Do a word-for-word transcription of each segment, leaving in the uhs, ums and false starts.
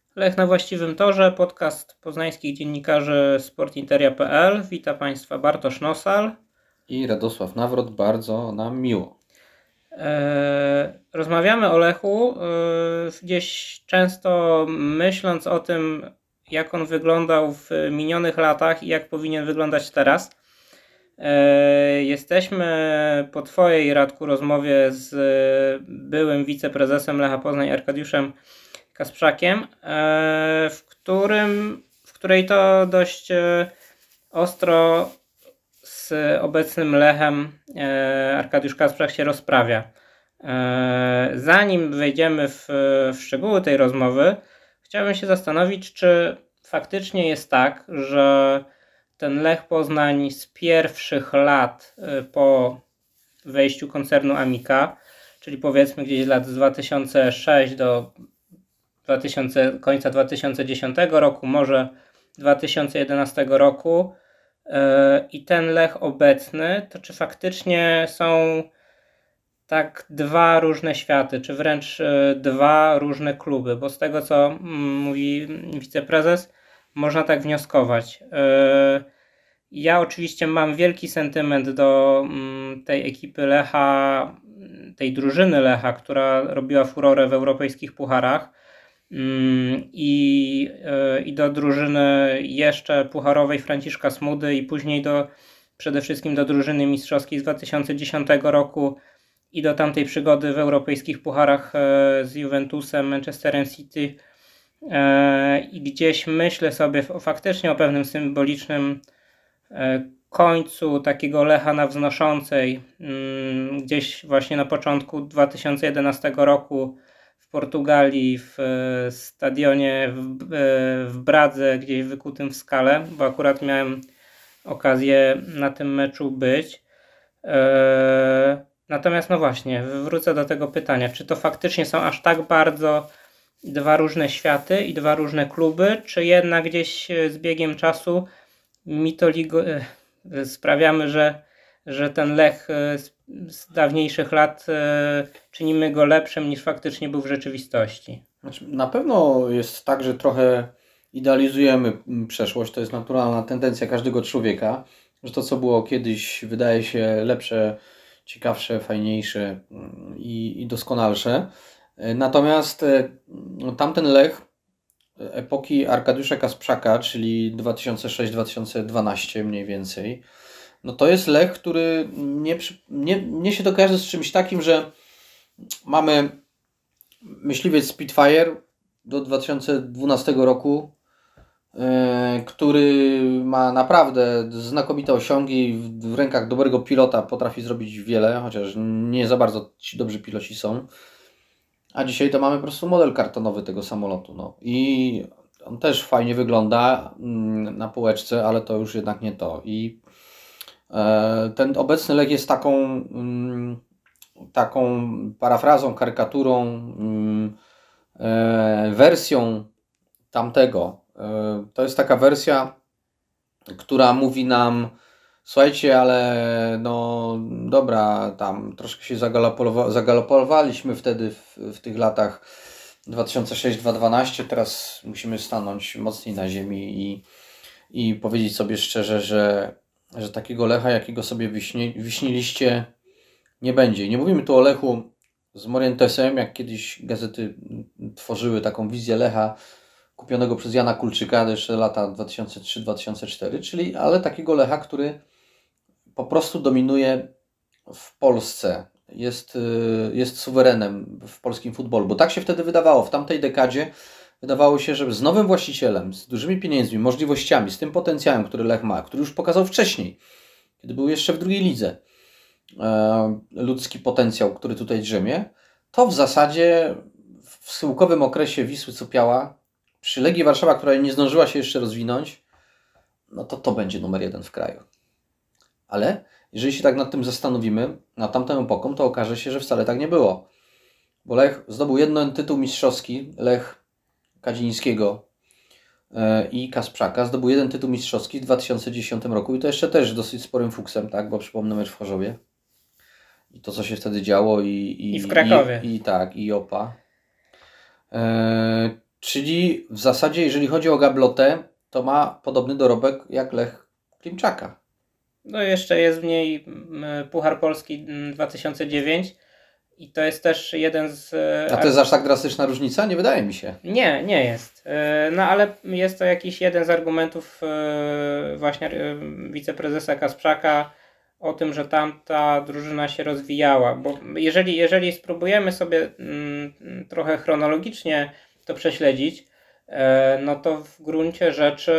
Lech na właściwym torze, podcast poznańskich dziennikarzy sportinteria kropka pe el. Witam Państwa Bartosz Nosal i Radosław Nawrot. Bardzo nam miło. Eee, rozmawiamy o Lechu, eee, gdzieś często myśląc o tym, jak on wyglądał w minionych latach i jak powinien wyglądać teraz. Eee, jesteśmy po Twojej, Radku, rozmowie z byłym wiceprezesem Lecha Poznań Arkadiuszem Kasprzakiem, eee, w którym, w której to dość e, ostro z obecnym Lechem e, Arkadiusz Kasprzak się rozprawia. E, zanim wejdziemy w, w szczegóły tej rozmowy, chciałbym się zastanowić, czy faktycznie jest tak, że ten Lech Poznań z pierwszych lat e, po wejściu koncernu Amica, czyli powiedzmy gdzieś lat z dwa tysiące szóstego do dwa tysiące, końca dwa tysiące dziesiątego roku, może dwa tysiące jedenastego roku, i ten Lech obecny, to czy faktycznie są tak dwa różne światy, czy wręcz dwa różne kluby, bo z tego co mówi wiceprezes, można tak wnioskować. Ja oczywiście mam wielki sentyment do tej ekipy Lecha, tej drużyny Lecha, która robiła furorę w europejskich pucharach. I, i do drużyny jeszcze pucharowej Franciszka Smudy i później do przede wszystkim do drużyny mistrzowskiej z dwa tysiące dziesiątego roku i do tamtej przygody w europejskich pucharach z Juventusem, Manchesterem City, i gdzieś myślę sobie faktycznie o pewnym symbolicznym końcu takiego Lecha na wznoszącej, gdzieś właśnie na początku dwa tysiące jedenastego roku w Portugalii, w stadionie w, w Bradze, gdzieś wykutym w skale, bo akurat miałem okazję na tym meczu być. Natomiast no właśnie, wrócę do tego pytania, czy to faktycznie są aż tak bardzo dwa różne światy i dwa różne kluby, czy jednak gdzieś z biegiem czasu mitoligo... sprawiamy, że, że ten Lech z, z dawniejszych lat czynimy go lepszym niż faktycznie był w rzeczywistości. Znaczy, na pewno jest tak, że trochę idealizujemy przeszłość. To jest naturalna tendencja każdego człowieka, że to, co było kiedyś, wydaje się lepsze, ciekawsze, fajniejsze i, i doskonalsze. Natomiast no, tamten Lech epoki Arkadiusza Kasprzaka, czyli dwa tysiące szósty dwa tysiące dwunasty mniej więcej, no to jest Lech, który nie, nie, mnie się to kojarzy z czymś takim, że mamy myśliwiec Spitfire do dwa tysiące dwunastego roku, yy, który ma naprawdę znakomite osiągi, w, w rękach dobrego pilota potrafi zrobić wiele, chociaż nie za bardzo ci dobrzy piloci są. A dzisiaj to mamy po prostu model kartonowy tego samolotu. No. I on też fajnie wygląda na półeczce, ale to już jednak nie to. I e, ten obecny Lech jest taką, mm, taką parafrazą, karykaturą, mm, e, wersją tamtego. E, to jest taka wersja, która mówi nam: słuchajcie, ale no dobra, tam troszkę się zagalopowa- zagalopowaliśmy wtedy w, w tych latach dwa tysiące szósty dwa tysiące dwunasty, teraz musimy stanąć mocniej na ziemi i, i powiedzieć sobie szczerze, że, że takiego Lecha, jakiego sobie wyśnie, wyśniliście, nie będzie. I nie mówimy tu o Lechu z Morientesem, jak kiedyś gazety tworzyły taką wizję Lecha kupionego przez Jana Kulczyka jeszcze lata dwa tysiące trzy dwa tysiące cztery, czyli ale takiego Lecha, który po prostu dominuje w Polsce, jest, jest suwerenem w polskim futbolu, bo tak się wtedy wydawało, w tamtej dekadzie wydawało się, że z nowym właścicielem, z dużymi pieniędzmi, możliwościami, z tym potencjałem, który Lech ma, który już pokazał wcześniej, kiedy był jeszcze w drugiej lidze, e, ludzki potencjał, który tutaj drzemie, to w zasadzie w schyłkowym okresie Wisły Cupiała, przy Legii Warszawa, która nie zdążyła się jeszcze rozwinąć, no to to będzie numer jeden w kraju. Ale jeżeli się tak nad tym zastanowimy, nad tamtą epoką, to okaże się, że wcale tak nie było. Bo Lech zdobył jeden tytuł mistrzowski, Lech Kadzińskiego i Kasprzaka zdobył jeden tytuł mistrzowski w dwa tysiące dziesiątym roku i to jeszcze też dosyć sporym fuksem, tak? Bo przypomnę mecz w Chorzowie i to, co się wtedy działo i, i, I w Krakowie. I, i tak, i Opa. E, Czyli w zasadzie, jeżeli chodzi o gablotę, to ma podobny dorobek jak Lech Klimczaka. No jeszcze jest w niej mm, Puchar Polski mm, dwa tysiące dziewięć i to jest też jeden z... A to jest aż tak drastyczna różnica? Nie wydaje mi się. Nie, nie jest. E, No ale jest to jakiś jeden z argumentów e, właśnie e, wiceprezesa Kasprzaka o tym, że tamta drużyna się rozwijała, bo jeżeli, jeżeli spróbujemy sobie mm, trochę chronologicznie to prześledzić, e, no to w gruncie rzeczy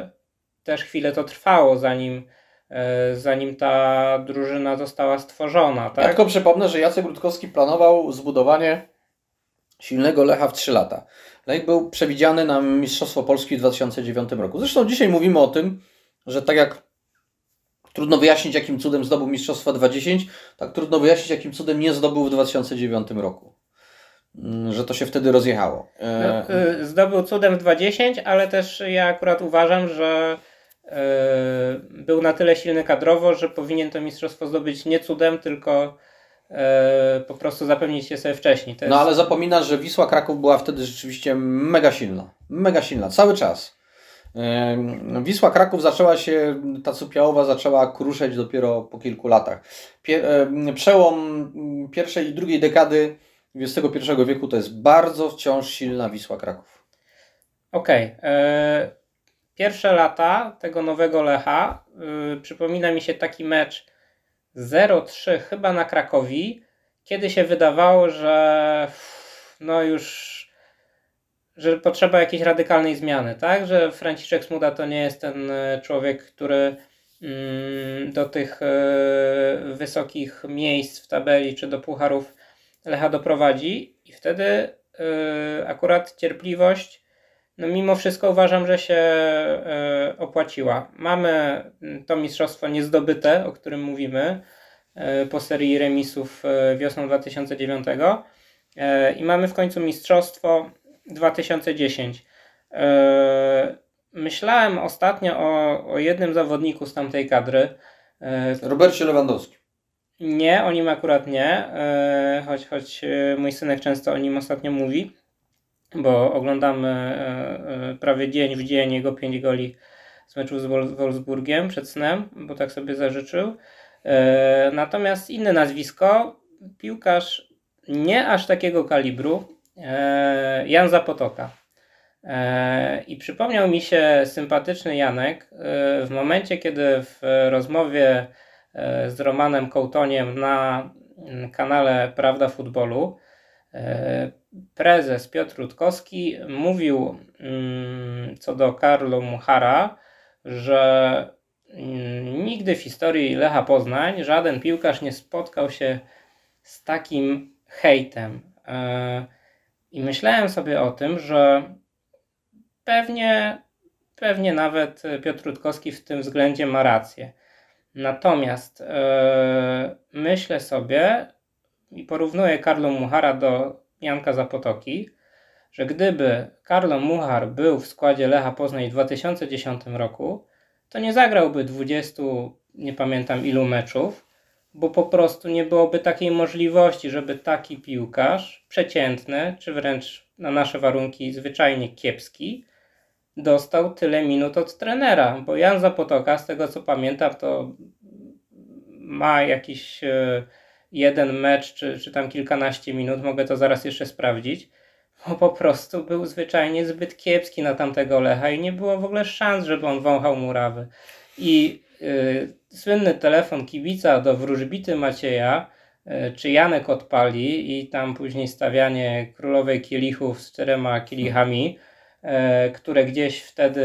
też chwilę to trwało, zanim, e, zanim ta drużyna została stworzona, Ja tak? tylko przypomnę, że Jacek Rutkowski planował zbudowanie silnego Lecha w trzy lata. Lech był przewidziany na Mistrzostwo Polski w dwa tysiące dziewiątym roku. Zresztą dzisiaj mówimy o tym, że tak jak trudno wyjaśnić, jakim cudem zdobył Mistrzostwo dwa tysiące dziesięć, tak trudno wyjaśnić, jakim cudem nie zdobył w dwa tysiące dziewiątym roku. Mm, Że to się wtedy rozjechało. E, No, y, zdobył cudem w dwa tysiące dziesięć, ale też ja akurat uważam, że y, był na tyle silny kadrowo, że powinien to mistrzostwo zdobyć nie cudem, tylko y, po prostu zapewnić je sobie wcześniej. To jest... No ale zapominasz, że Wisła Kraków była wtedy rzeczywiście mega silna. Mega silna, cały czas. Ym, Wisła Kraków zaczęła się, ta Cupiałowa zaczęła kruszeć dopiero po kilku latach. Pie, ym, przełom ym, pierwszej i drugiej dekady dwudziestego pierwszego wieku to jest bardzo wciąż silna Wisła Kraków. Okej. y, Pierwsze lata tego nowego Lecha, y, przypomina mi się taki mecz zero trzy chyba na Krakowi, kiedy się wydawało, że uff, no już że potrzeba jakiejś radykalnej zmiany, tak? Że Franciszek Smuda to nie jest ten e, człowiek, który mm, do tych e, wysokich miejsc w tabeli czy do pucharów Lecha doprowadzi i wtedy e, akurat cierpliwość, no mimo wszystko uważam, że się e, opłaciła. Mamy to mistrzostwo niezdobyte, o którym mówimy, e, po serii remisów e, wiosną dwa tysiące dziewiątego e, i mamy w końcu mistrzostwo dwa tysiące dziesięć. Eee, myślałem ostatnio o, o jednym zawodniku z tamtej kadry. Eee, Robercie Lewandowski. nie, o nim akurat nie, eee, choć, choć e, mój synek często o nim ostatnio mówi, bo oglądamy e, e, prawie dzień w dzień jego pięć goli z meczu z Wol- Wolfsburgiem przed snem, bo tak sobie zażyczył. Eee, natomiast inne nazwisko, piłkarz nie aż takiego kalibru, Jan Zapotoka. I przypomniał mi się sympatyczny Janek w momencie, kiedy w rozmowie z Romanem Kołtoniem na kanale Prawda Futbolu prezes Piotr Rutkowski mówił co do Carlo Muchara, że nigdy w historii Lecha Poznań żaden piłkarz nie spotkał się z takim hejtem. I myślałem sobie o tym, że pewnie, pewnie nawet Piotr Rutkowski w tym względzie ma rację. Natomiast yy, myślę sobie i porównuję Carlo Muchara do Janka Zapotoki, że gdyby Carlo Muchar był w składzie Lecha Poznań w dwa tysiące dziesiątym roku, to nie zagrałby dwudziestu, nie pamiętam ilu meczów, bo po prostu nie byłoby takiej możliwości, żeby taki piłkarz przeciętny, czy wręcz na nasze warunki zwyczajnie kiepski, dostał tyle minut od trenera, bo Jan Zapotoka, z tego co pamiętam, to ma jakiś e, jeden mecz, czy, czy tam kilkanaście minut, mogę to zaraz jeszcze sprawdzić, bo po prostu był zwyczajnie zbyt kiepski na tamtego Lecha i nie było w ogóle szans, żeby on wąchał murawy. I y, słynny telefon kibica do wróżbity Macieja, y, czy Janek odpali i tam później stawianie królowej kielichów z czterema kielichami, y, które gdzieś wtedy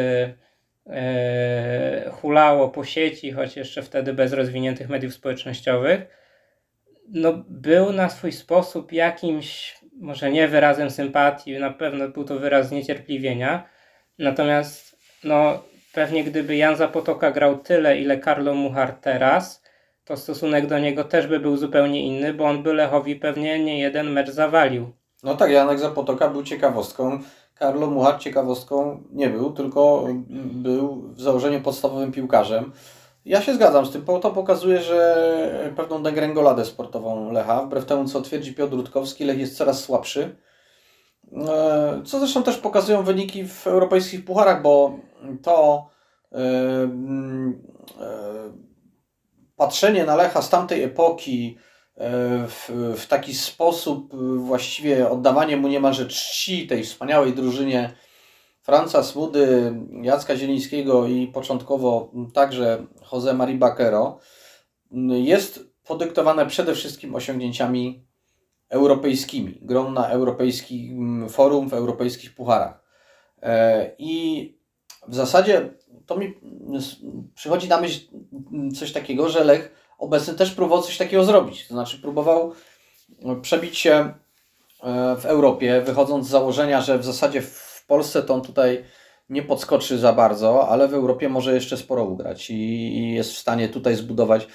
y, hulało po sieci, choć jeszcze wtedy bez rozwiniętych mediów społecznościowych, no był na swój sposób jakimś, może nie wyrazem sympatii, na pewno był to wyraz zniecierpliwienia, natomiast no pewnie gdyby Jan Zapotoka grał tyle, ile Carlo Muchar teraz, to stosunek do niego też by był zupełnie inny, bo on by Lechowi pewnie nie jeden mecz zawalił. No tak, Janek Zapotoka był ciekawostką. Carlo Muchar ciekawostką nie był, tylko był w założeniu podstawowym piłkarzem. Ja się zgadzam z tym, bo to pokazuje, że pewną degrengoladę sportową Lecha, wbrew temu co twierdzi Piotr Rutkowski, Lech jest coraz słabszy. Co zresztą też pokazują wyniki w europejskich pucharach, bo to yy, yy, patrzenie na Lecha z tamtej epoki yy, w, w taki sposób, yy, właściwie oddawanie mu niemalże czci tej wspaniałej drużynie Franca Smudy, Jacka Zielińskiego i początkowo także José María Baquero, jest podyktowane przede wszystkim osiągnięciami europejskimi, grą na europejskim forum, w europejskich pucharach. I w zasadzie to mi przychodzi na myśl coś takiego, że Lech obecny też próbował coś takiego zrobić. To znaczy próbował przebić się w Europie, wychodząc z założenia, że w zasadzie w Polsce to on tutaj nie podskoczy za bardzo, ale w Europie może jeszcze sporo ugrać i jest w stanie tutaj zbudować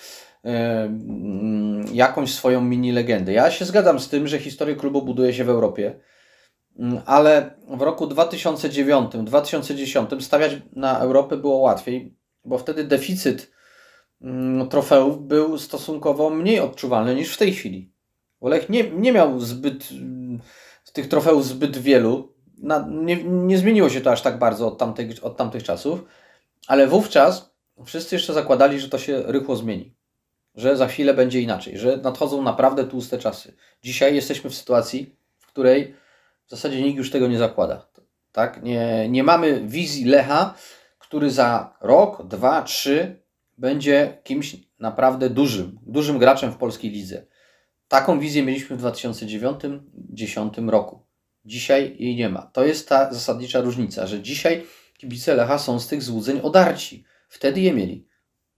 jakąś swoją mini legendę. Ja się zgadzam z tym, że historię klubu buduje się w Europie, ale w roku dwa tysiące dziewiątym dwa tysiące dziesiątym stawiać na Europę było łatwiej, bo wtedy deficyt trofeów był stosunkowo mniej odczuwalny niż w tej chwili. Bo Lech nie, nie miał zbyt tych trofeów zbyt wielu. Na, nie, nie zmieniło się to aż tak bardzo od tamtych, od tamtych czasów, ale wówczas wszyscy jeszcze zakładali, że to się rychło zmieni. Że za chwilę będzie inaczej, że nadchodzą naprawdę tłuste czasy. Dzisiaj jesteśmy w sytuacji, w której w zasadzie nikt już tego nie zakłada. Tak? Nie, nie mamy wizji Lecha, który za rok, dwa, trzy będzie kimś naprawdę dużym, dużym graczem w polskiej lidze. Taką wizję mieliśmy w dwa tysiące dziewiątym dwa tysiące dziesiątym roku. Dzisiaj jej nie ma. To jest ta zasadnicza różnica, że dzisiaj kibice Lecha są z tych złudzeń odarci. Wtedy je mieli.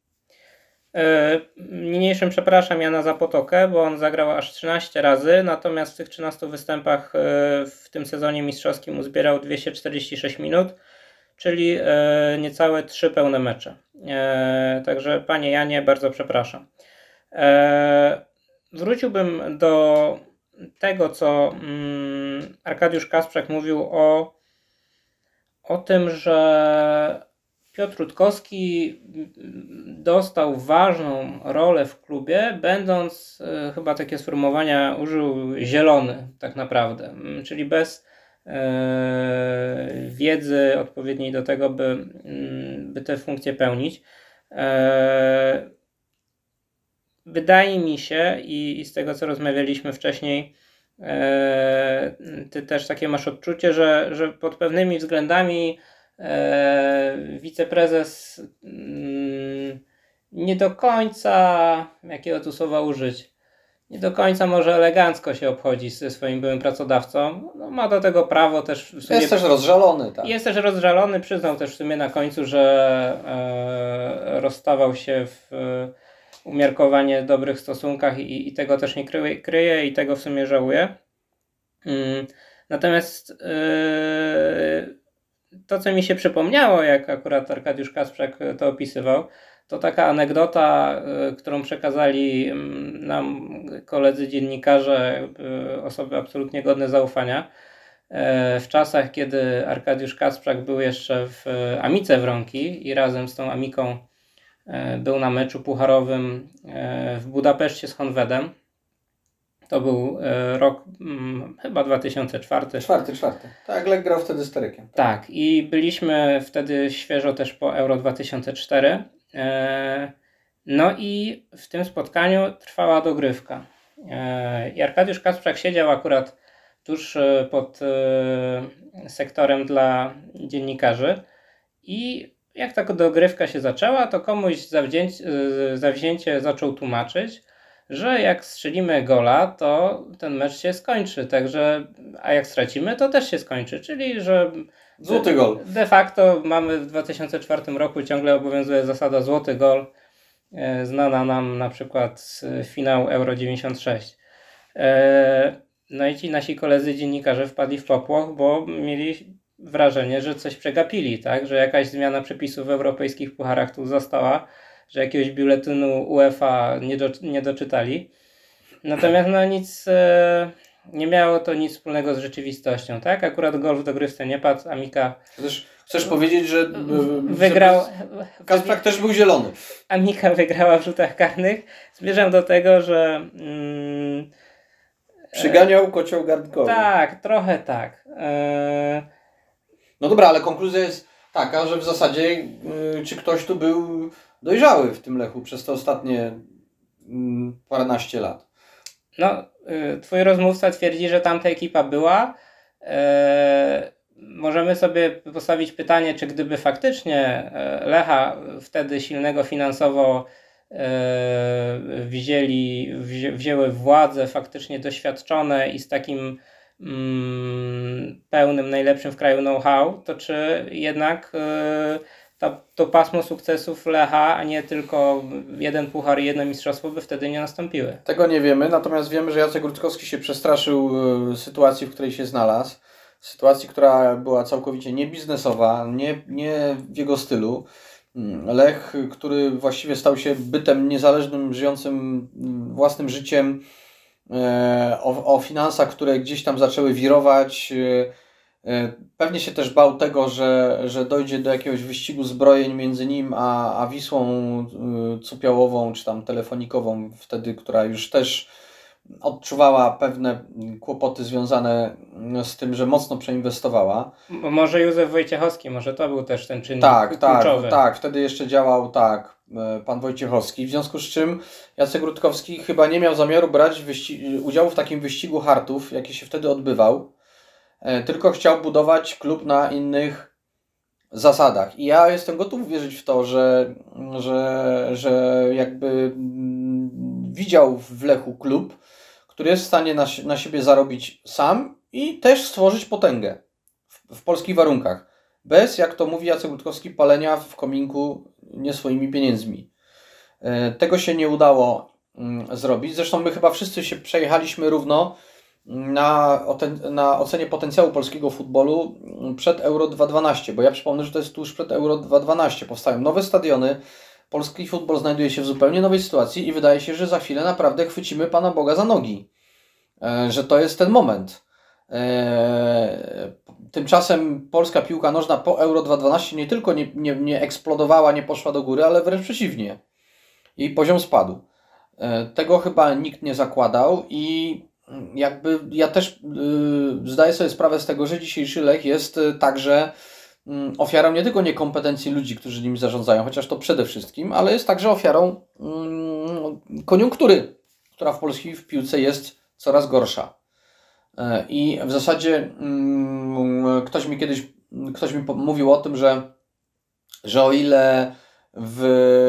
Niniejszym przepraszam Jana Zapotokę, bo on zagrał aż trzynaście razy, natomiast w tych trzynastu występach w tym sezonie mistrzowskim uzbierał dwieście czterdzieści sześć minut, czyli niecałe trzy pełne mecze. Także panie Janie, bardzo przepraszam. Wróciłbym do tego, co Arkadiusz Kasprzak mówił o, o tym, że Piotr Rutkowski dostał ważną rolę w klubie, będąc, chyba takie sformułowania użył, zielony tak naprawdę, czyli bez e, wiedzy odpowiedniej do tego, by, by te funkcje pełnić. E, wydaje mi się i, i z tego, co rozmawialiśmy wcześniej, e, ty też takie masz odczucie, że, że pod pewnymi względami wiceprezes nie do końca, jakiego tu słowa użyć, nie do końca może elegancko się obchodzi ze swoim byłym pracodawcą. No, ma do tego prawo też w sumie. Jest też rozżalony. Tak. Jest też rozżalony, przyznał też w sumie na końcu, że e, rozstawał się w e, umiarkowanie dobrych stosunkach i, i tego też nie kryje, kryje i tego w sumie żałuje. Mm, natomiast e, to, co mi się przypomniało, jak akurat Arkadiusz Kasprzak to opisywał, to taka anegdota, którą przekazali nam koledzy dziennikarze, osoby absolutnie godne zaufania. W czasach, kiedy Arkadiusz Kasprzak był jeszcze w Amice Wronki i razem z tą Amiką był na meczu pucharowym w Budapeszcie z Honvedem. To był rok hmm, chyba dwa tysiące czwarty. Czwarty, czwarty. Tak, Lech grał wtedy z Terekiem. Tak. tak, i byliśmy wtedy świeżo też po Euro dwa tysiące cztery. No i w tym spotkaniu trwała dogrywka. I Arkadiusz Kasprzak siedział akurat tuż pod sektorem dla dziennikarzy i jak ta dogrywka się zaczęła, to komuś zawzięcie, zawzięcie zaczął tłumaczyć, że jak strzelimy gola, to ten mecz się skończy, także, a jak stracimy, to też się skończy, czyli że złoty gol. De facto mamy w dwa tysiące czwartym roku ciągle obowiązuje zasada złoty gol, e, znana nam na przykład z finału Euro dziewięćdziesiąt sześć. E, no i ci nasi koledzy dziennikarze wpadli w popłoch, bo mieli wrażenie, że coś przegapili, tak, że jakaś zmiana przepisów w europejskich pucharach tu została, że jakiegoś biuletynu UEFA nie, do, nie doczytali. Natomiast no nic, e, nie miało to nic wspólnego z rzeczywistością, tak? Akurat gol w dogrywce nie padł, Amika... Chcesz, chcesz powiedzieć, że... Wygrał... Kasprzak też był zielony. Amika wygrała w rzutach karnych. Zmierzam do tego, że mm, Przyganiał kocioł garnkowy. Tak, trochę tak. E... No dobra, ale konkluzja jest taka, że w zasadzie yy, czy ktoś tu był dojrzały w tym Lechu przez te ostatnie yy, paręnaście lat. No, y, twój rozmówca twierdzi, że tamta ekipa była. E... Możemy sobie postawić pytanie, czy gdyby faktycznie Lecha wtedy silnego finansowo wzięli, wzię, wzięły władzę faktycznie doświadczone i z takim mm, pełnym, najlepszym w kraju know-how, to czy jednak ta, to pasmo sukcesów Lecha, a nie tylko jeden puchar i jedno mistrzostwo by wtedy nie nastąpiły? Tego nie wiemy, natomiast wiemy, że Jacek Rutkowski się przestraszył sytuacji, w której się znalazł. Sytuacji, która była całkowicie niebiznesowa, nie, nie w jego stylu. Lech, który właściwie stał się bytem niezależnym, żyjącym własnym życiem, o, o finansach, które gdzieś tam zaczęły wirować. Pewnie się też bał tego, że, że dojdzie do jakiegoś wyścigu zbrojeń między nim a, a Wisłą Cupiałową, czy tam Telefonikową, wtedy, która już też odczuwała pewne kłopoty związane z tym, że mocno przeinwestowała. Bo może Józef Wojciechowski, może to był też ten czynnik tak, kluczowy. Tak, tak, wtedy jeszcze działał tak pan Wojciechowski, w związku z czym Jacek Rutkowski chyba nie miał zamiaru brać wyści- udziału w takim wyścigu hartów, jaki się wtedy odbywał, tylko chciał budować klub na innych zasadach. I ja jestem gotów wierzyć w to, że, że, że jakby widział w Lechu klub, który jest w stanie na, na siebie zarobić sam i też stworzyć potęgę w, w polskich warunkach. Bez, jak to mówi Jacek Rutkowski, palenia w kominku nie swoimi pieniędzmi. Tego się nie udało zrobić. Zresztą my chyba wszyscy się przejechaliśmy równo na, na ocenie potencjału polskiego futbolu przed Euro dwa tysiące dwanaście, bo ja przypomnę, że to jest tuż przed Euro dwa tysiące dwanaście. Powstają nowe stadiony, polski futbol znajduje się w zupełnie nowej sytuacji i wydaje się, że za chwilę naprawdę chwycimy Pana Boga za nogi. Że to jest ten moment. Tymczasem polska piłka nożna po Euro dwa tysiące dwanaście nie tylko nie, nie, nie eksplodowała, nie poszła do góry, ale wręcz przeciwnie. Jej poziom spadł. Tego chyba nikt nie zakładał i jakby ja też yy, zdaję sobie sprawę z tego, że dzisiejszy Lech jest także yy, ofiarą nie tylko niekompetencji ludzi, którzy nim zarządzają, chociaż to przede wszystkim, ale jest także ofiarą yy, koniunktury, która w polskiej w piłce jest coraz gorsza. Yy, I w zasadzie yy, ktoś mi kiedyś ktoś mi mówił o tym, że, że o ile w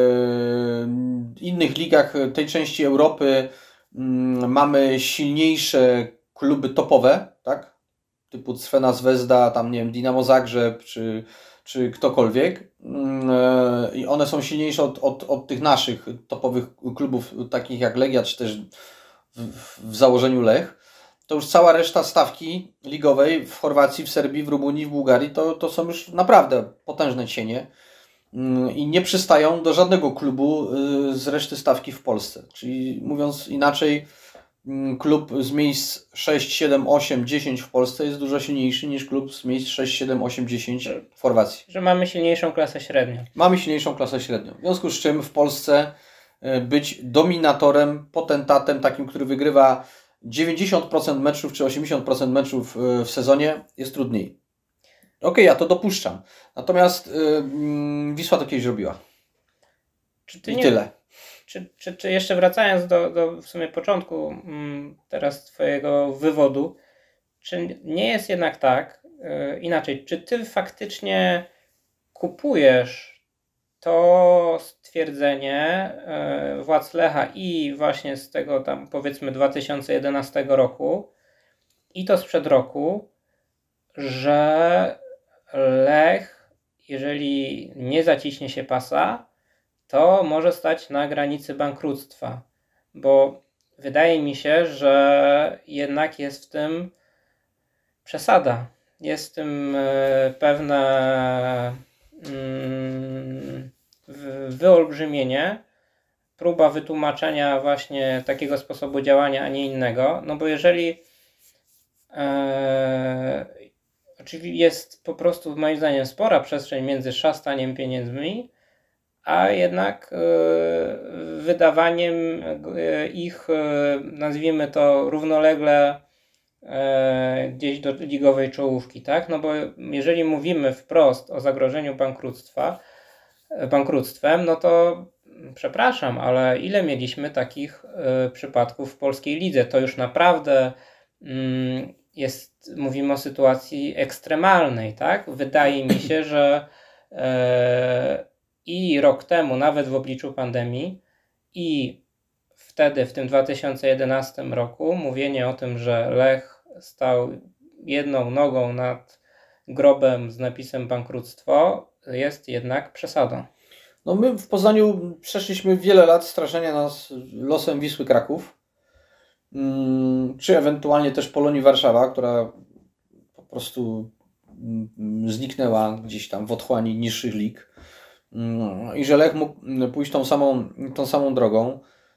innych ligach tej części Europy mamy silniejsze kluby topowe, tak? Typu Crvena Zvezda, tam nie wiem, Dinamo Zagrzeb, czy, czy ktokolwiek. I one są silniejsze od, od, od tych naszych topowych klubów, takich jak Legia, czy też w, w założeniu Lech. To już cała reszta stawki ligowej w Chorwacji, w Serbii, w Rumunii, w Bułgarii, to, to są już naprawdę potężne cienie. I nie przystają do żadnego klubu z reszty stawki w Polsce. Czyli mówiąc inaczej, klub z miejsc sześć, siedem, osiem, dziesięć w Polsce jest dużo silniejszy niż klub z miejsc sześć, siedem, osiem, dziesięć w Chorwacji. Że mamy silniejszą klasę średnią. Mamy silniejszą klasę średnią. W związku z czym w Polsce być dominatorem, potentatem, takim, który wygrywa dziewięćdziesiąt procent meczów czy osiemdziesiąt procent meczów w sezonie, jest trudniej. Okej, okay, ja to dopuszczam. Natomiast yy, Wisła to kiedyś zrobiła. Czy ty I nie, tyle. Czy, czy, czy jeszcze wracając do, do w sumie początku mm, teraz Twojego wywodu, czy nie jest jednak tak, yy, inaczej, czy Ty faktycznie kupujesz to stwierdzenie yy, władz Lecha i właśnie z tego tam powiedzmy dwa tysiące jedenastego roku i to sprzed roku, że Lech, jeżeli nie zaciśnie się pasa, to może stać na granicy bankructwa, bo wydaje mi się, że jednak jest w tym przesada. Jest w tym pewne wyolbrzymienie, próba wytłumaczenia właśnie takiego sposobu działania, a nie innego, no bo jeżeli e, oczywiście jest po prostu moim zdaniem spora przestrzeń między szastaniem pieniędzmi a jednak y, wydawaniem y, ich, y, nazwijmy to, równolegle y, gdzieś do ligowej czołówki, tak? No bo jeżeli mówimy wprost o zagrożeniu bankructwa, bankructwem, no to przepraszam, ale ile mieliśmy takich y, przypadków w polskiej lidze? To już naprawdę mm, jest, mówimy o sytuacji ekstremalnej, tak? Wydaje mi się, że y, i rok temu, nawet w obliczu pandemii, i wtedy, w tym dwa tysiące jedenastym roku, mówienie o tym, że Lech stał jedną nogą nad grobem z napisem bankructwo, jest jednak przesadą. No my w Poznaniu przeszliśmy wiele lat straszenia nas losem Wisły Kraków, mm, czy ewentualnie też Polonii Warszawa, która po prostu mm, zniknęła gdzieś tam w otchłani niższych lig. Mm, I że Lech mógł pójść tą samą, tą samą drogą.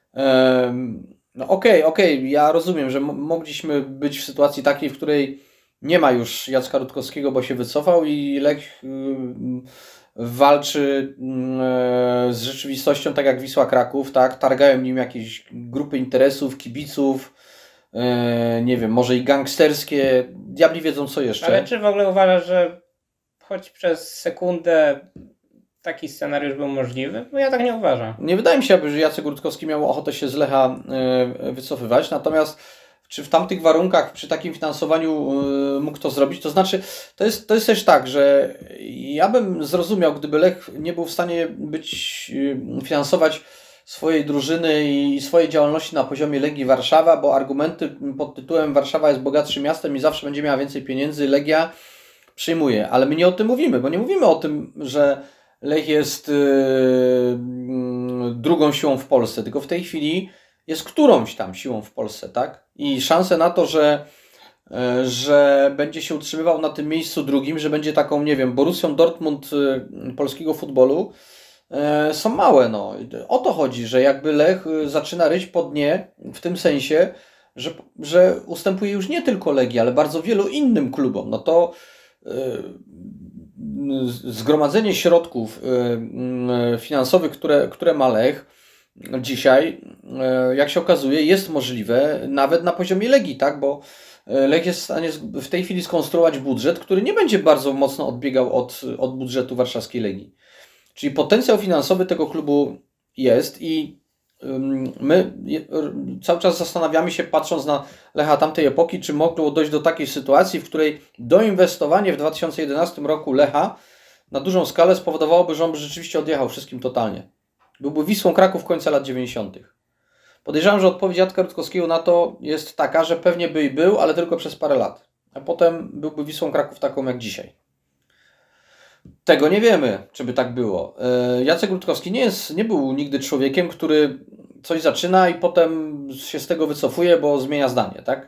Em, No okej, okej, ja rozumiem, że mo- mogliśmy być w sytuacji takiej, w której nie ma już Jacka Rutkowskiego, bo się wycofał i Lech ym, walczy ym, e, z rzeczywistością, tak jak Wisła Kraków, tak? Targają nim jakieś grupy interesów, kibiców, e, nie wiem, może i gangsterskie, diabli wiedzą co jeszcze. Ale czy w ogóle uważasz, że choć przez sekundę taki scenariusz był możliwy? Bo ja tak nie uważam. Nie wydaje mi się, aby że Jacek Rutkowski miał ochotę się z Lecha e, wycofywać, natomiast czy w tamtych warunkach, przy takim finansowaniu e, mógł to zrobić? To znaczy, to jest, to jest też tak, że ja bym zrozumiał, gdyby Lech nie był w stanie być, e, finansować swojej drużyny i swojej działalności na poziomie Legii Warszawa, bo argumenty pod tytułem Warszawa jest bogatszym miastem i zawsze będzie miała więcej pieniędzy, Legia przyjmuje. Ale my nie o tym mówimy, bo nie mówimy o tym, że Lech jest yy, drugą siłą w Polsce, tylko w tej chwili jest którąś tam siłą w Polsce, tak? I szanse na to, że, yy, że będzie się utrzymywał na tym miejscu drugim, że będzie taką, nie wiem, Borussią Dortmund yy, polskiego futbolu, yy, są małe. No. O to chodzi, że jakby Lech yy, zaczyna ryć po dnie w tym sensie, że, że ustępuje już nie tylko Legii, ale bardzo wielu innym klubom. No to yy, zgromadzenie środków finansowych, które, które ma Lech dzisiaj, jak się okazuje, jest możliwe nawet na poziomie Legii, tak? Bo Lech jest w stanie w tej chwili skonstruować budżet, który nie będzie bardzo mocno odbiegał od, od budżetu warszawskiej Legii. Czyli potencjał finansowy tego klubu jest i my cały czas zastanawiamy się, patrząc na Lecha tamtej epoki, czy mogło dojść do takiej sytuacji, w której doinwestowanie w dwa tysiące jedenastym roku Lecha na dużą skalę spowodowałoby, że on by rzeczywiście odjechał wszystkim totalnie. Byłby Wisłą Kraków końca lat dziewięćdziesiątych. Podejrzewam, że odpowiedź Jacka Rutkowskiego na to jest taka, że pewnie by i był, ale tylko przez parę lat. A potem byłby Wisłą Kraków taką jak dzisiaj. Tego nie wiemy, czy by tak było. Jacek Rutkowski nie, jest, nie był nigdy człowiekiem, który coś zaczyna i potem się z tego wycofuje, bo zmienia zdanie, tak?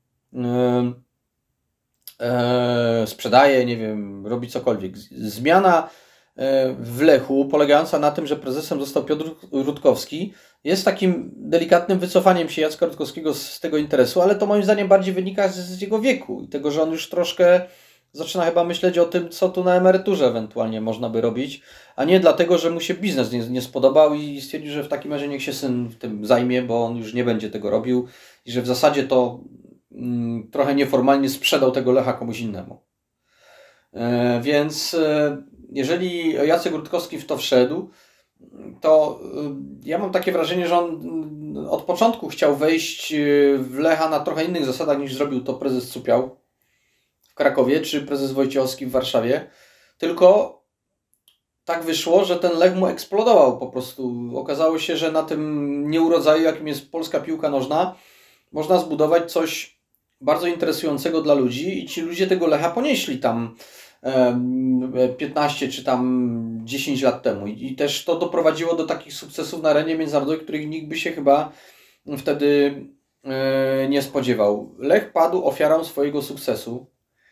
Eee, sprzedaje, nie wiem, robi cokolwiek. Zmiana w Lechu, polegająca na tym, że prezesem został Piotr Rutkowski, jest takim delikatnym wycofaniem się Jacka Rutkowskiego z tego interesu, ale to moim zdaniem bardziej wynika z, z jego wieku i tego, że on już troszkę zaczyna chyba myśleć o tym, co tu na emeryturze ewentualnie można by robić, a nie dlatego, że mu się biznes nie, nie spodobał i stwierdził, że w takim razie niech się syn tym zajmie, bo on już nie będzie tego robił i że w zasadzie to mm, trochę nieformalnie sprzedał tego Lecha komuś innemu. E, więc e, jeżeli Jacek Rutkowski w to wszedł, to e, ja mam takie wrażenie, że on od początku chciał wejść w Lecha na trochę innych zasadach niż zrobił to prezes Cupiał w Krakowie, czy prezes Wojciechowski w Warszawie, tylko tak wyszło, że ten Lech mu eksplodował po prostu. Okazało się, że na tym nieurodzaju, jakim jest polska piłka nożna, można zbudować coś bardzo interesującego dla ludzi i ci ludzie tego Lecha ponieśli tam piętnaście czy tam dziesięć lat temu. I też to doprowadziło do takich sukcesów na arenie międzynarodowej, których nikt by się chyba wtedy nie spodziewał. Lech padł ofiarą swojego sukcesu.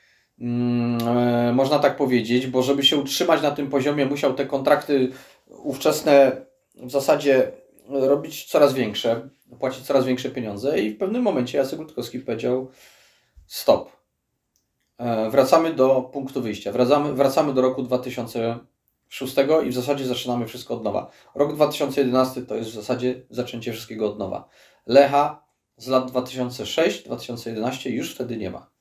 Można tak powiedzieć, bo żeby się utrzymać na tym poziomie, musiał te kontrakty ówczesne w zasadzie robić coraz większe, płacić coraz większe pieniądze i w pewnym momencie Jacek Rutkowski powiedział stop. Wracamy do punktu wyjścia, wracamy, wracamy do roku dwa tysiące szóstego i w zasadzie zaczynamy wszystko od nowa. Rok dwa tysiące jedenasty to jest w zasadzie zaczęcie wszystkiego od nowa. Lecha z lat dwa tysiące szósty do dwa tysiące jedenastego już wtedy nie ma.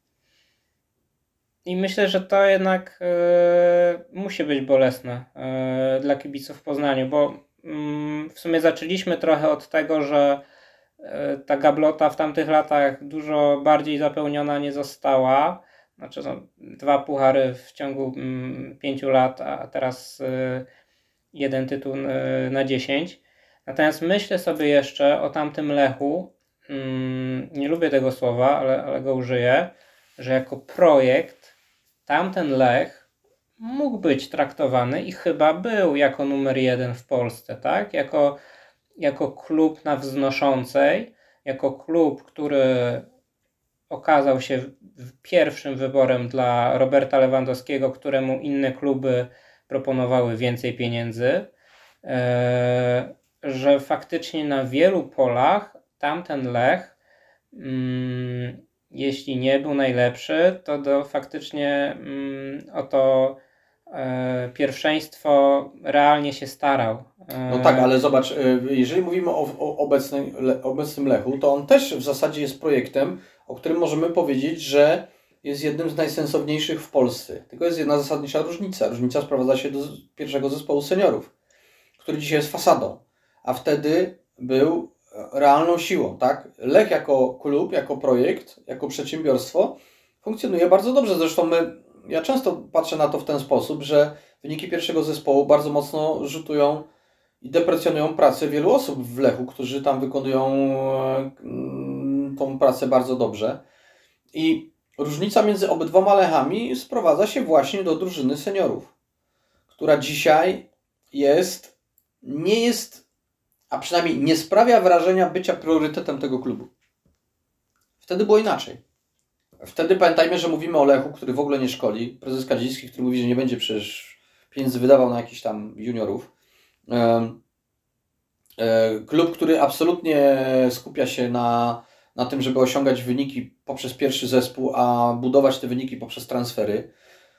I myślę, że to jednak e, musi być bolesne e, dla kibiców w Poznaniu, bo mm, w sumie zaczęliśmy trochę od tego, że e, ta gablota w tamtych latach dużo bardziej zapełniona nie została. Znaczy są dwa puchary w ciągu mm, pięciu lat, a teraz e, jeden tytuł e, na dziesięć. Natomiast myślę sobie jeszcze o tamtym Lechu, mm, nie lubię tego słowa, ale, ale go użyję, że jako projekt tamten Lech mógł być traktowany i chyba był jako numer jeden w Polsce, tak? Jako, jako klub na wznoszącej, jako klub, który okazał się pierwszym wyborem dla Roberta Lewandowskiego, któremu inne kluby proponowały więcej pieniędzy, eee, że faktycznie na wielu polach tamten Lech mm, jeśli nie był najlepszy, to do faktycznie mm, o to e, pierwszeństwo realnie się starał. E, No tak, ale zobacz, jeżeli mówimy o, o obecnym, le, obecnym Lechu, to on też w zasadzie jest projektem, o którym możemy powiedzieć, że jest jednym z najsensowniejszych w Polsce. Tylko jest jedna zasadnicza różnica. Różnica sprowadza się do pierwszego zespołu seniorów, który dzisiaj jest fasadą, a wtedy był realną siłą, tak? Lech jako klub, jako projekt, jako przedsiębiorstwo funkcjonuje bardzo dobrze. Zresztą my, ja często patrzę na to w ten sposób, że wyniki pierwszego zespołu bardzo mocno rzutują i deprecjonują pracę wielu osób w Lechu, którzy tam wykonują mm, tą pracę bardzo dobrze. I różnica między obydwoma Lechami sprowadza się właśnie do drużyny seniorów, która dzisiaj jest, nie jest, a przynajmniej nie sprawia wrażenia bycia priorytetem tego klubu. Wtedy było inaczej. Wtedy pamiętajmy, że mówimy o Lechu, który w ogóle nie szkoli. Prezes Kadziński, który mówi, że nie będzie przecież pieniędzy wydawał na jakichś tam juniorów. Klub, który absolutnie skupia się na, na tym, żeby osiągać wyniki poprzez pierwszy zespół, a budować te wyniki poprzez transfery.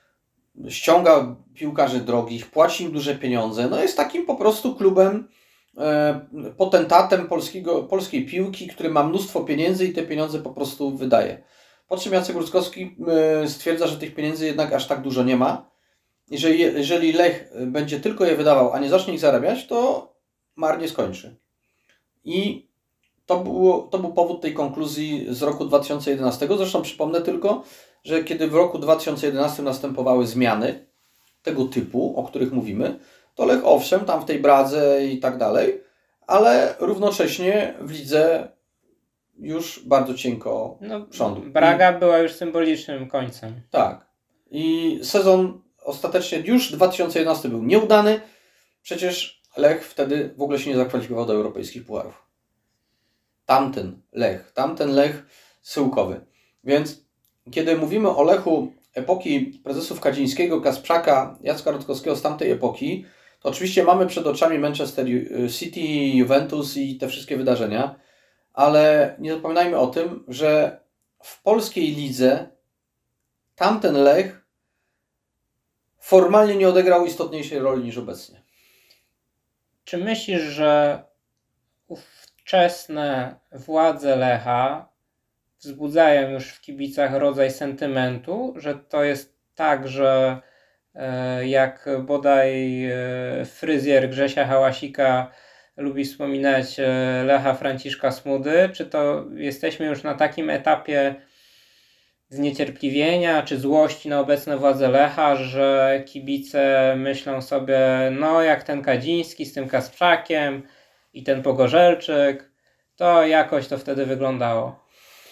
Ściąga piłkarzy drogich, płaci im duże pieniądze. No jest takim po prostu klubem, potentatem polskiego, polskiej piłki, który ma mnóstwo pieniędzy i te pieniądze po prostu wydaje. Po czym Jacek Rutkowski stwierdza, że tych pieniędzy jednak aż tak dużo nie ma. Jeżeli, jeżeli Lech będzie tylko je wydawał, a nie zacznie ich zarabiać, to marnie skończy. I to, było, to był powód tej konkluzji z roku dwa tysiące jedenastego. Zresztą przypomnę tylko, że kiedy w roku dwa tysiące jedenastym następowały zmiany tego typu, o których mówimy, to Lech owszem, tam w tej Bradze i tak dalej, ale równocześnie w lidze już bardzo cienko no, przodu. Braga I, była już symbolicznym końcem. Tak. I sezon ostatecznie już dwa tysiące jedenasty był nieudany. Przecież Lech wtedy w ogóle się nie zakwalifikował do europejskich pucharów. Tamten Lech, tamten Lech syłkowy. Więc kiedy mówimy o Lechu epoki prezesów Kadzińskiego, Kasprzaka, Jacka Rutkowskiego z tamtej epoki, to oczywiście mamy przed oczami Manchester City, Juventus i te wszystkie wydarzenia, ale nie zapominajmy o tym, że w polskiej lidze tamten Lech formalnie nie odegrał istotniejszej roli niż obecnie. Czy myślisz, że ówczesne władze Lecha wzbudzają już w kibicach rodzaj sentymentu, że to jest tak, że e, jak bodaj e, fryzjer Grzesia Hałasika lubi wspominać e, Lecha Franciszka Smudy, czy to jesteśmy już na takim etapie zniecierpliwienia czy złości na obecne władze Lecha, że kibice myślą sobie, no jak ten Kadziński z tym Kasprzakiem i ten Pogorzelczyk, to jakoś to wtedy wyglądało.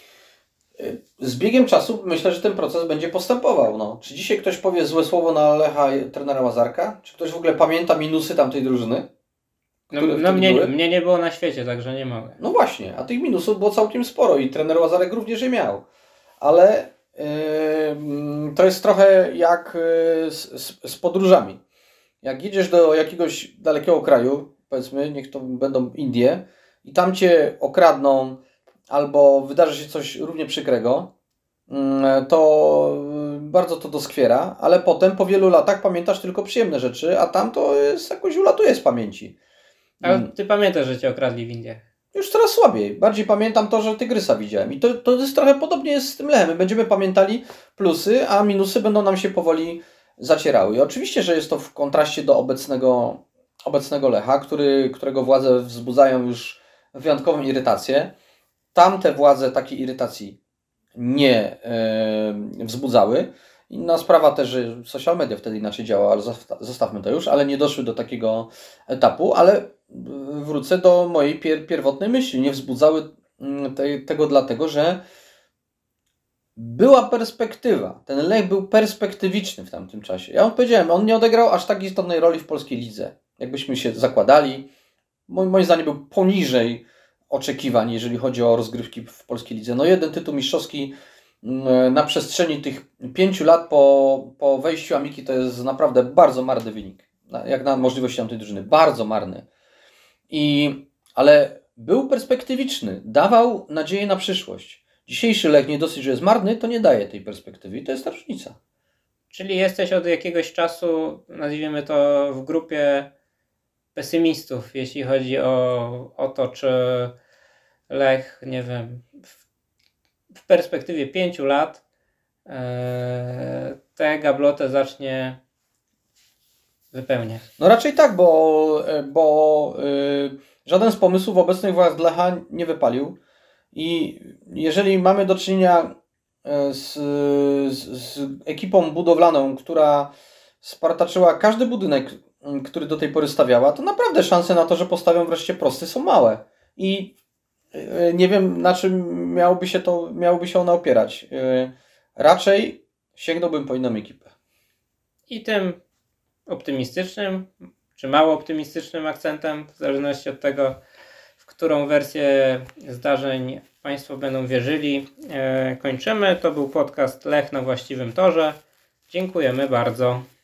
Z biegiem czasu myślę, że ten proces będzie postępował. No. Czy dzisiaj ktoś powie złe słowo na Lecha trenera Łazarka? Czy ktoś w ogóle pamięta minusy tamtej drużyny? No, no mnie, mnie nie było na świecie, także nie mogę. No właśnie, a tych minusów było całkiem sporo i trener Łazarek również je miał. Ale yy, to jest trochę jak yy, z, z, z podróżami. Jak jedziesz do jakiegoś dalekiego kraju, powiedzmy, niech to będą Indie, i tam cię okradną, albo wydarzy się coś równie przykrego, to bardzo to doskwiera, ale potem po wielu latach pamiętasz tylko przyjemne rzeczy, a tam to jest, jakoś ulatuje z pamięci. Ale ty pamiętasz, że cię okradli w Indiach? Już coraz słabiej. Bardziej pamiętam to, że tygrysa widziałem. I to, to jest trochę podobnie jest z tym lechem. My będziemy pamiętali plusy, a minusy będą nam się powoli zacierały. I oczywiście, że jest to w kontraście do obecnego, obecnego lecha, który, którego władze wzbudzają już wyjątkową irytację. Tamte władze takiej irytacji nie yy, wzbudzały. Inna sprawa też, że social media wtedy inaczej działały, ale zostawmy to już, ale nie doszły do takiego etapu, ale wrócę do mojej pier pierwotnej myśli. Nie wzbudzały te, tego dlatego, że była perspektywa. Ten Lech był perspektywiczny w tamtym czasie. Ja wam powiedziałem, on nie odegrał aż tak istotnej roli w polskiej lidze. Jakbyśmy się zakładali. Moim zdaniem był poniżej oczekiwań, jeżeli chodzi o rozgrywki w polskiej lidze. No jeden tytuł mistrzowski na przestrzeni tych pięciu lat po, po wejściu Amiki to jest naprawdę bardzo marny wynik. Jak na możliwości tamtej drużyny. Bardzo marny. I, ale był perspektywiczny. Dawał nadzieję na przyszłość. Dzisiejszy Lech nie dosyć, że jest marny, to nie daje tej perspektywy. I to jest ta różnica. Czyli jesteś od jakiegoś czasu, nazwijmy to, w grupie pesymistów, jeśli chodzi o, o to, czy Lech, nie wiem, w, w perspektywie pięciu lat e, tę gablotę zacznie wypełniać. No raczej tak, bo, bo yy, żaden z pomysłów obecnych władz Lecha nie wypalił. I jeżeli mamy do czynienia z, z, z ekipą budowlaną, która spartaczyła każdy budynek, który do tej pory stawiała, to naprawdę szanse na to, że postawią wreszcie prosty, są małe. I yy, nie wiem, na czym miałoby się to, miałoby się ono opierać. Yy, raczej sięgnąłbym po inną ekipę. I tym optymistycznym, czy mało optymistycznym akcentem, w zależności od tego, w którą wersję zdarzeń Państwo będą wierzyli, e, kończymy. To był podcast Lech na właściwym torze. Dziękujemy bardzo.